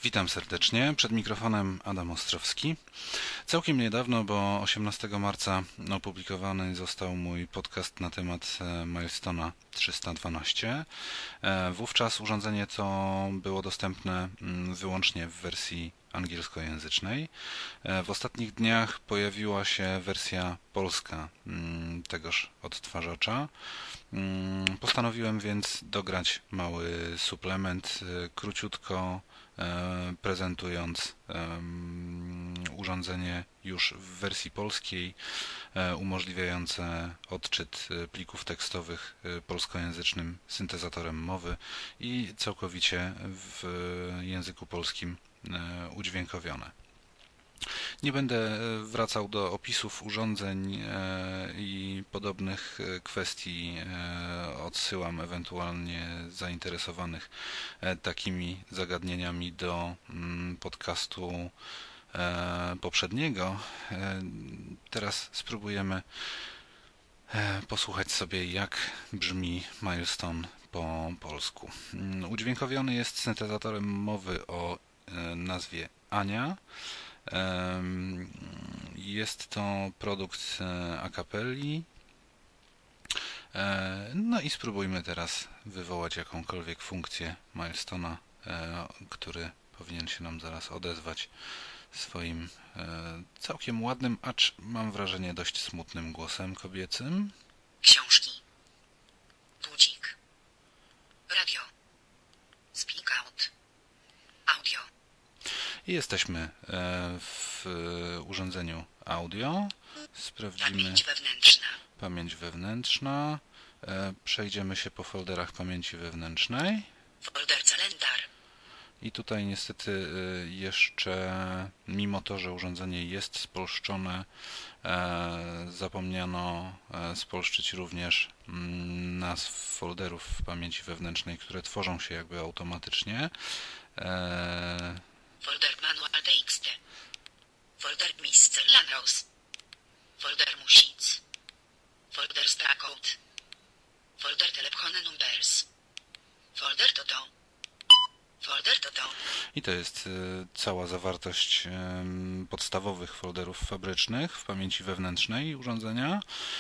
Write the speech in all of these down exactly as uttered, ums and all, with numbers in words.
Witam serdecznie, przed mikrofonem Adam Ostrowski. Całkiem niedawno, bo osiemnastego marca opublikowany został mój podcast na temat Milestone'a trzysta dwanaście. Wówczas urządzenie to było dostępne wyłącznie w wersji angielskojęzycznej. W ostatnich dniach pojawiła się wersja polska tegoż odtwarzacza. Postanowiłem więc dograć mały suplement, króciutko prezentując urządzenie już w wersji polskiej, umożliwiające odczyt plików tekstowych polskojęzycznym syntezatorem mowy i całkowicie w języku polskim udźwiękowione. Nie będę wracał do opisów urządzeń i podobnych kwestii. Odsyłam ewentualnie zainteresowanych takimi zagadnieniami do podcastu poprzedniego. Teraz spróbujemy posłuchać sobie, jak brzmi Milestone po polsku. Udźwiękowiony jest syntezatorem mowy o nazwie Ania. Jest to produkt Acapelli. No i spróbujmy teraz wywołać jakąkolwiek funkcję Milestone'a, który powinien się nam zaraz odezwać swoim całkiem ładnym, acz mam wrażenie dość smutnym głosem kobiecym. Książki. Budzik. Radio. Speak out. Audio. I jesteśmy w urządzeniu audio. Sprawdzimy Pamięć wewnętrzna. pamięć wewnętrzna. Przejdziemy się po folderach pamięci wewnętrznej. Folder calendar. I tutaj niestety jeszcze, mimo to, że urządzenie jest spolszczone, zapomniano spolszczyć również nazw folderów w pamięci wewnętrznej, które tworzą się jakby automatycznie. Folder manual txt. Folder Mister Lanros. Folder Music. Folder Stackout. Folder Telephone Numbers. Folder Toto. Folder Toto. I to jest cała zawartość podstawowych folderów fabrycznych w pamięci wewnętrznej urządzenia.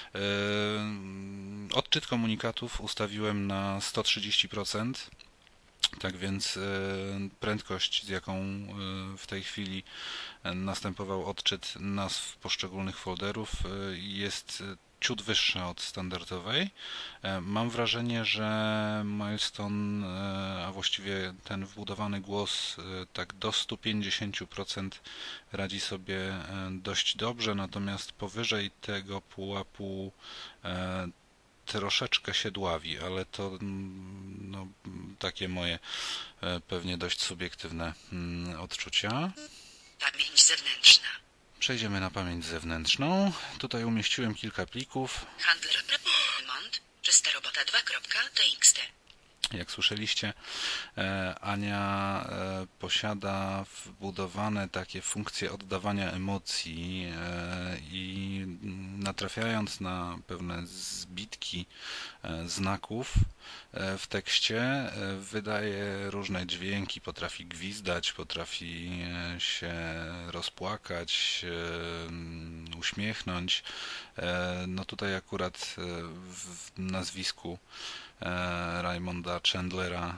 Odczyt komunikatów ustawiłem na sto trzydzieści procent. Tak więc prędkość, z jaką w tej chwili następował odczyt nazw poszczególnych folderów, jest ciut wyższa od standardowej. Mam wrażenie, że Milestone, a właściwie ten wbudowany głos, tak do stu pięćdziesięciu procent radzi sobie dość dobrze, natomiast powyżej tego pułapu troszeczkę się dławi, ale to no, takie moje pewnie dość subiektywne odczucia. Pamięć zewnętrzna. Przejdziemy na pamięć zewnętrzną. Tutaj umieściłem kilka plików. Handler Remont. Czysta robota dwa kropka txt. Jak słyszeliście, Ania posiada wbudowane takie funkcje oddawania emocji i natrafiając na pewne zbitki znaków w tekście, wydaje różne dźwięki, potrafi gwizdać, potrafi się rozpłakać, uśmiechnąć. No tutaj akurat w nazwisku Raymonda Chandlera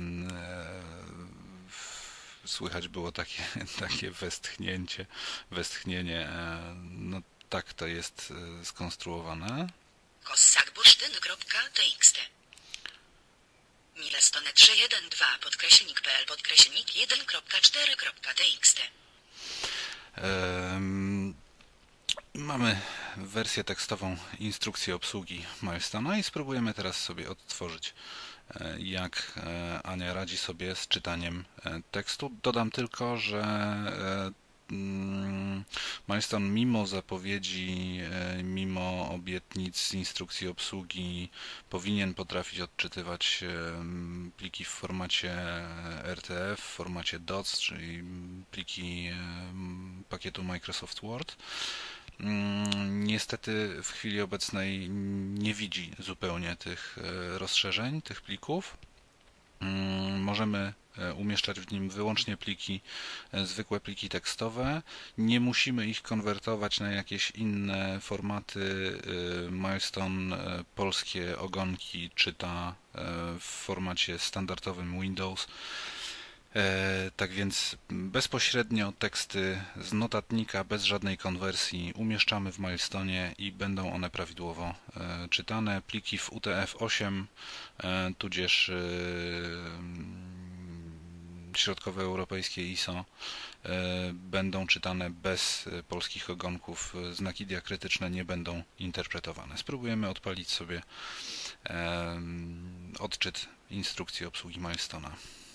słychać było takie, takie westchnięcie, westchnienie. No tak to jest skonstruowane. Kossak-bursztyn.txt. Milestone trzysta jedenasty podkreślnik pl podkreślnik jeden kropka cztery kropka txt. Um, Mamy wersję tekstową instrukcji obsługi Milestone'a i spróbujemy teraz sobie odtworzyć, jak Ania radzi sobie z czytaniem tekstu. Dodam tylko, że Milestone mimo zapowiedzi, mimo obietnic z instrukcji obsługi powinien potrafić odczytywać pliki w formacie R T F, w formacie doc, czyli pliki pakietu Microsoft Word. Niestety w chwili obecnej nie widzi zupełnie tych rozszerzeń, tych plików. Możemy umieszczać w nim wyłącznie pliki, zwykłe pliki tekstowe. Nie musimy ich konwertować na jakieś inne formaty. Milestone polskie ogonki czyta w formacie standardowym Windows. Tak więc bezpośrednio teksty z notatnika, bez żadnej konwersji umieszczamy w Milestone'ie i będą one prawidłowo czytane. Pliki w U T F osiem, tudzież środkowoeuropejskie I S O będą czytane bez polskich ogonków. Znaki diakrytyczne nie będą interpretowane. Spróbujemy odpalić sobie odczyt instrukcji obsługi Milestone'a.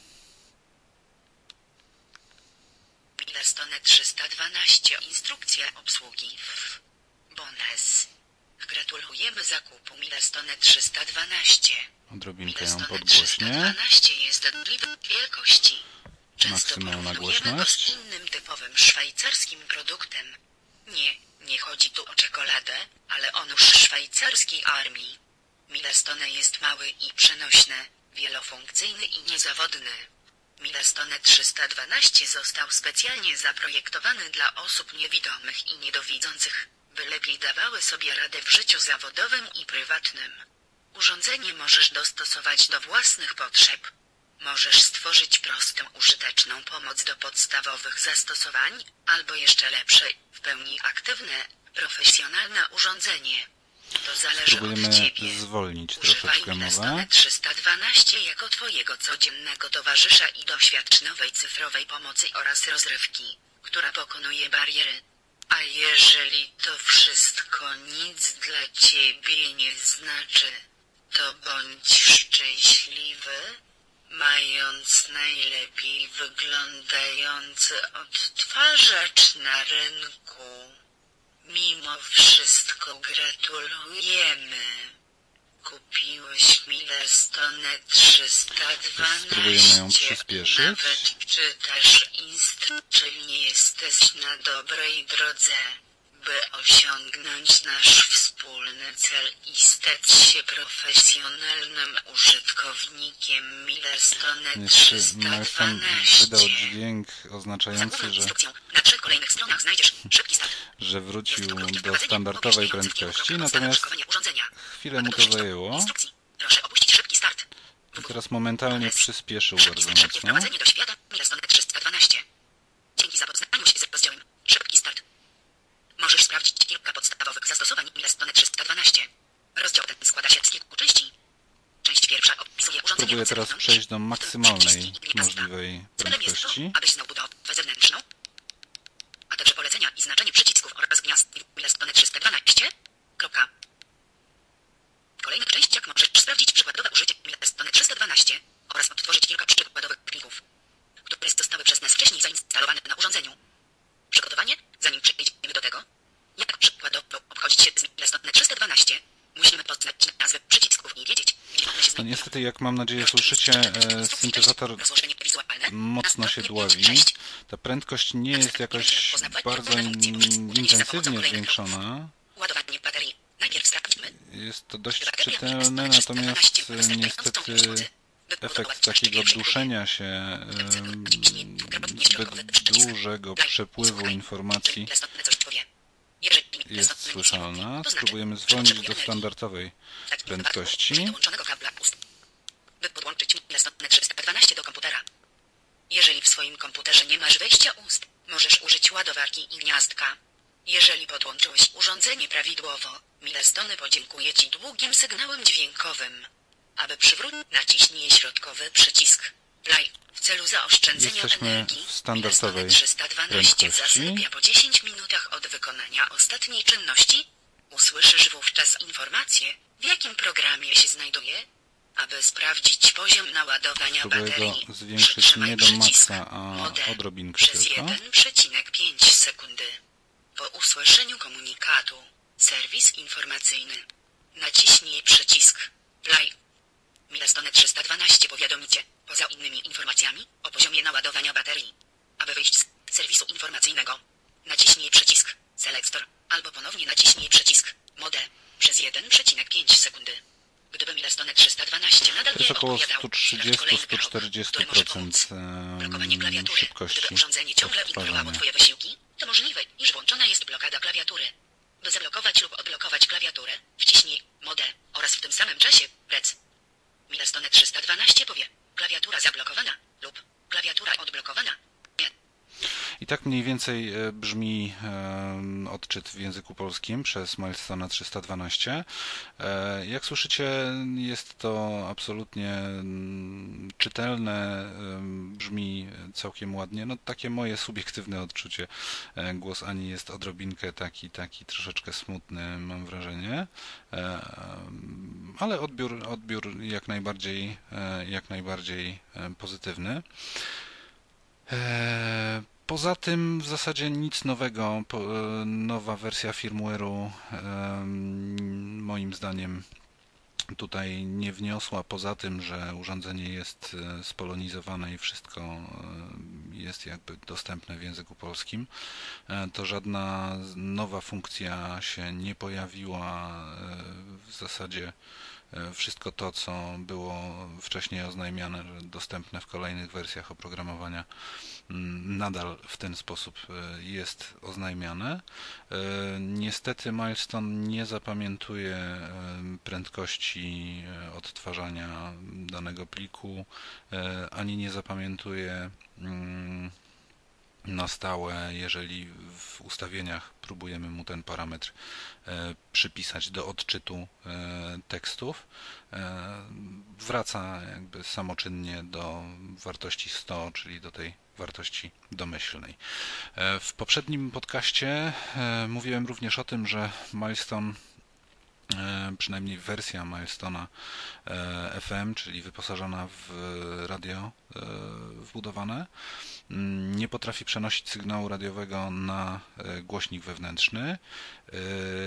Milestone trzysta dwanaście. Instrukcja obsługi w Bones. Gratulujemy zakupu Milestone trzysta dwanaście. Odrobinkę ją Milestone podgłośnię. trzysta dwanaście jest możliwy wielkości. Często Maksymalna porównujemy go z głośność. innym typowym szwajcarskim produktem. Nie, nie chodzi tu o czekoladę, ale o nóż szwajcarskiej armii. Milestone jest mały i przenośny, wielofunkcyjny i niezawodny. Milestone trzysta dwanaście został specjalnie zaprojektowany dla osób niewidomych i niedowidzących, by lepiej dawały sobie radę w życiu zawodowym i prywatnym. Urządzenie możesz dostosować do własnych potrzeb. Możesz stworzyć prostą, użyteczną pomoc do podstawowych zastosowań, albo jeszcze lepsze, w pełni aktywne, profesjonalne urządzenie. To zależy Spróbujemy od Ciebie. zwolnić Używaj troszeczkę Milestone mowę. trzysta dwanaście jako Twojego codziennego towarzysza i doświadcz nowej cyfrowej pomocy oraz rozrywki, która pokonuje bariery. A jeżeli to wszystko nic dla Ciebie nie znaczy, to bądź szczęśliwy, mając najlepiej wyglądający odtwarzacz na rynku. Mimo wszystko gratulujemy. Kupiłeś Milestone trzysta Spróbujemy ją dwanaście. przyspieszyć. Nawet czytasz instrukcję, czyli nie jesteś na dobrej drodze, by osiągnąć nasz wspólny cel i stać się profesjonalnym użytkownikiem Milestone Jeszcze trzysta Milestone dwanaście. wydał dźwięk oznaczający, że, Na trzech kolejnych stronach znajdziesz szybki start. że wrócił do standardowej prędkości, natomiast chwilę mu to zajęło. Proszę opuścić szybki start. I teraz momentalnie przyspieszył Szybki bardzo start, szybkie mocno. wprowadzenie do świata Milestone trzysta dwanaście. Dzięki zapoznaniu się z rozdziałem Szybki start. Możesz sprawdzić kilka podstawowych zastosowań Milestone trzysta dwanaście. Rozdział ten składa się z kilku części. Część pierwsza opisuje urządzenie Spróbuję teraz zewnętrzne, przejść do w tym maksymalnej przyciski i gniazda. możliwej Celem jest to, prędkości. abyś znał budowę zewnętrzną, a także polecenia i znaczenie przycisków oraz gniazd Milestone trzysta dwanaście. Kropka. W kolejnych częściach możesz sprawdzić przykładowe użycie Milestone trzysta dwanaście oraz odtworzyć kilka przykładowych plików, które zostały przez nas wcześniej zainstalowane na urządzeniu. Przygotowanie, zanim przejdziemy do tego, jak przykładowo obchodzić się z Milestone trzysta dwanaście, musimy poznać nazwy przycisków i wiedzieć, gdzie one się No znajdują. niestety, jak mam nadzieję słyszycie, e, syntezator Rozłożenie wizualne. mocno się dławi. Ta prędkość nie jest jakoś bardzo in- intensywnie zwiększona. Ładowanie baterii. Najpierw sprawdźmy. Jest to dość czytelne, natomiast e, niestety efekt takiego duszenia się, e, zbyt dużego przepływu informacji jest słyszalna. Spróbujemy zwolnić do standardowej prędkości. By podłączyć Milestone trzysta dwanaście do komputera. Jeżeli w swoim komputerze nie masz wejścia ust, możesz użyć ładowarki i gniazdka. Jeżeli podłączyłeś urządzenie prawidłowo, Milestone podziękuje Ci długim sygnałem dźwiękowym. Aby przywrócić, naciśnij środkowy przycisk Play w celu zaoszczędzenia Jesteśmy energii. w standardowej Milestone trzysta dwanaście prędkości. zasypia po dziesięciu minutach od wykonania ostatniej czynności. Usłyszysz wówczas informację, w jakim programie się znajduje. Aby sprawdzić poziom naładowania Spróbuję baterii, go zwiększyć przytrzymaj nie do przycisk maksa, a Mode odrobinkę przez tylko. jeden przecinek pięć sekundy. Po usłyszeniu komunikatu serwis informacyjny, naciśnij przycisk Play. Milestone trzysta dwanaście powiadomicie, poza innymi informacjami, o poziomie naładowania baterii. Aby wyjść z serwisu informacyjnego, naciśnij przycisk Selector, albo ponownie naciśnij przycisk Mode przez jeden przecinek pięć sekundy. Gdyby Milestone trzysta dwanaście nadal To jest nie około sto trzydzieści do stu czterdziestu procent Blokowanie klawiatury. szybkości Gdyby urządzenie ciągle ignorowało odtwarzania. Twoje wysiłki, to możliwe, iż włączona jest blokada klawiatury. By zablokować lub odblokować klawiaturę, wciśnij modę oraz w tym samym czasie prec. Milestone trzysta dwanaście powie. Klawiatura zablokowana lub klawiatura odblokowana. Nie. I tak mniej więcej e, brzmi e, odczyt w języku polskim przez Milestone trzysta dwanaście. E, Jak słyszycie, jest to absolutnie mm, czytelne, e, brzmi całkiem ładnie. No takie moje subiektywne odczucie. E, Głos Ani jest odrobinkę taki, taki troszeczkę smutny, mam wrażenie. E, Ale odbiór, odbiór jak najbardziej, e, jak najbardziej e, pozytywny. E, Poza tym w zasadzie nic nowego. Po- e, Nowa wersja firmware'u em, moim zdaniem tutaj nie wniosła, poza tym, że urządzenie jest e, spolonizowane i wszystko e, jest jakby dostępne w języku polskim, e, to żadna z- nowa funkcja się nie pojawiła. e, W zasadzie e, wszystko to, co było wcześniej oznajmiane, że dostępne w kolejnych wersjach oprogramowania, mm, nadal w ten sposób e, jest oznajmiane. E, Niestety Milestone nie zapamiętuje e, prędkości e, odtwarzania danego pliku, e, ani nie zapamiętuje mm, na stałe, jeżeli w ustawieniach próbujemy mu ten parametr e, przypisać do odczytu e, tekstów, e, wraca jakby samoczynnie do wartości sto, czyli do tej wartości domyślnej. E, W poprzednim podcaście e, mówiłem również o tym, że Milestone, e, przynajmniej wersja Milestona e, F M, czyli wyposażona w radio e, wbudowane, mm, nie potrafi przenosić sygnału radiowego na e, głośnik wewnętrzny. E,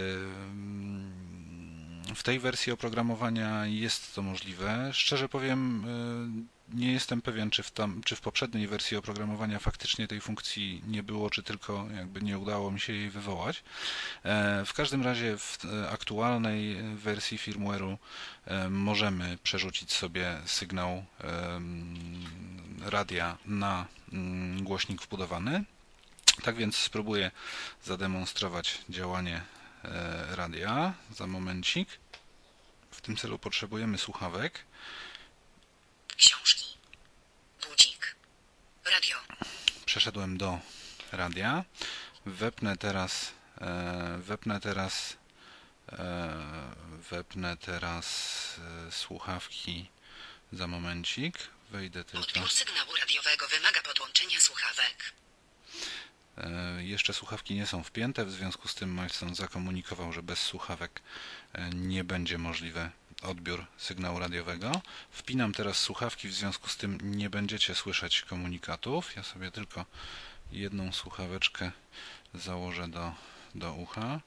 W tej wersji oprogramowania jest to możliwe. Szczerze powiem, e, nie jestem pewien, czy w, tam, czy w poprzedniej wersji oprogramowania faktycznie tej funkcji nie było, czy tylko jakby nie udało mi się jej wywołać. E, W każdym razie w e, aktualnej wersji firmware'u e, możemy przerzucić sobie sygnał em, radia na mm, głośnik wbudowany. Tak więc spróbuję zademonstrować działanie e, radia za momencik. W tym celu potrzebujemy słuchawek. Książki. Budzik. Radio. Przeszedłem do radia. Wepnę teraz, e, wepnę teraz, e, wepnę teraz e, słuchawki za momencik. Wejdę tylko. Odbiór sygnału radiowego wymaga podłączenia słuchawek. E, Jeszcze słuchawki nie są wpięte, w związku z tym Milestone zakomunikował, że bez słuchawek e, nie będzie możliwy odbiór sygnału radiowego. Wpinam teraz słuchawki, w związku z tym nie będziecie słyszeć komunikatów. Ja sobie tylko jedną słuchaweczkę założę do, do ucha.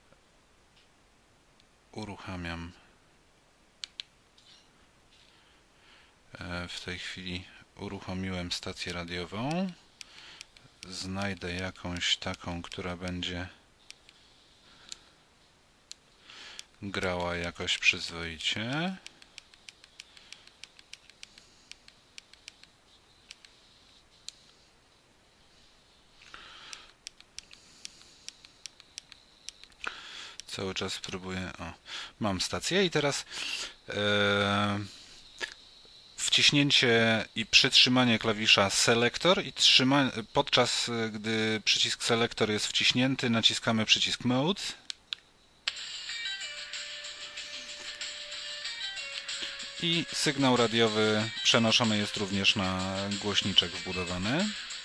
Uruchamiam e, w tej chwili uruchomiłem stację radiową. Znajdę jakąś taką, która będzie grała jakoś przyzwoicie. Cały czas próbuję. O, mam stację i teraz e, wciśnięcie i przytrzymanie klawisza Selector i trzyma, podczas gdy przycisk Selector jest wciśnięty, naciskamy przycisk Mode. I sygnał radiowy przenoszony jest również na głośniczek wbudowany.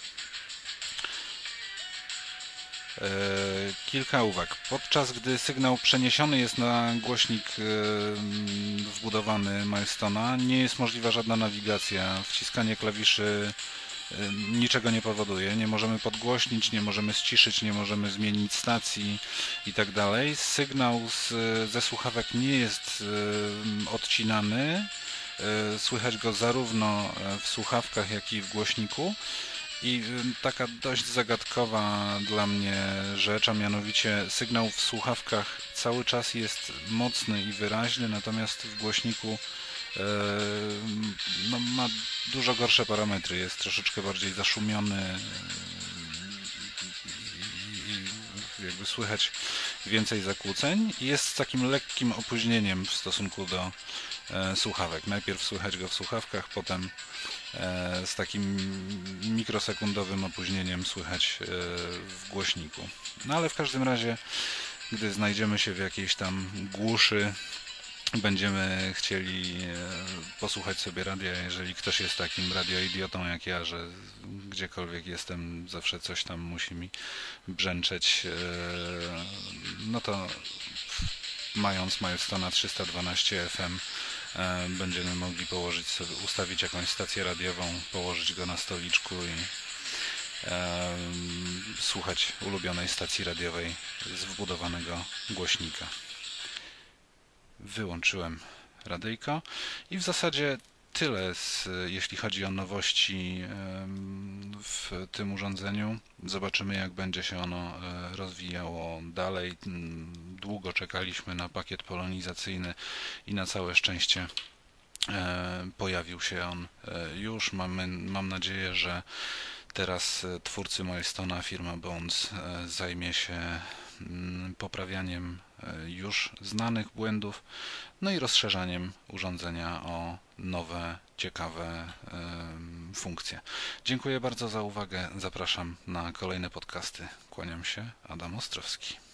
Kilka uwag. Podczas gdy sygnał przeniesiony jest na głośnik wbudowany Milestone'a, nie jest możliwa żadna nawigacja. Wciskanie klawiszy niczego nie powoduje. Nie możemy podgłośnić, nie możemy ściszyć, nie możemy zmienić stacji i tak dalej. Sygnał z, ze słuchawek nie jest odcinany. Słychać go zarówno w słuchawkach, jak i w głośniku. I taka dość zagadkowa dla mnie rzecz, a mianowicie sygnał w słuchawkach cały czas jest mocny i wyraźny, natomiast w głośniku no, ma dużo gorsze parametry, jest troszeczkę bardziej zaszumiony i jakby słychać więcej zakłóceń i jest z takim lekkim opóźnieniem w stosunku do słuchawek. Najpierw słychać go w słuchawkach, potem z takim mikrosekundowym opóźnieniem słychać w głośniku. No ale w każdym razie, gdy znajdziemy się w jakiejś tam głuszy, będziemy chcieli posłuchać sobie radia, jeżeli ktoś jest takim radioidiotą jak ja, że gdziekolwiek jestem, zawsze coś tam musi mi brzęczeć, no to mając Milestona trzysta dwanaście F M będziemy mogli położyć sobie, ustawić jakąś stację radiową, położyć go na stoliczku i e, słuchać ulubionej stacji radiowej z wbudowanego głośnika. Wyłączyłem radyjko i w zasadzie tyle, z, jeśli chodzi o nowości w tym urządzeniu. Zobaczymy, jak będzie się ono rozwijało dalej. Długo czekaliśmy na pakiet polonizacyjny i na całe szczęście pojawił się on już. Mamy, mam nadzieję, że teraz twórcy Milestona, firma Bones, zajmie się poprawianiem już znanych błędów, no i rozszerzaniem urządzenia o nowe, ciekawe funkcje. Dziękuję bardzo za uwagę. Zapraszam na kolejne podcasty. Kłaniam się, Adam Ostrowski.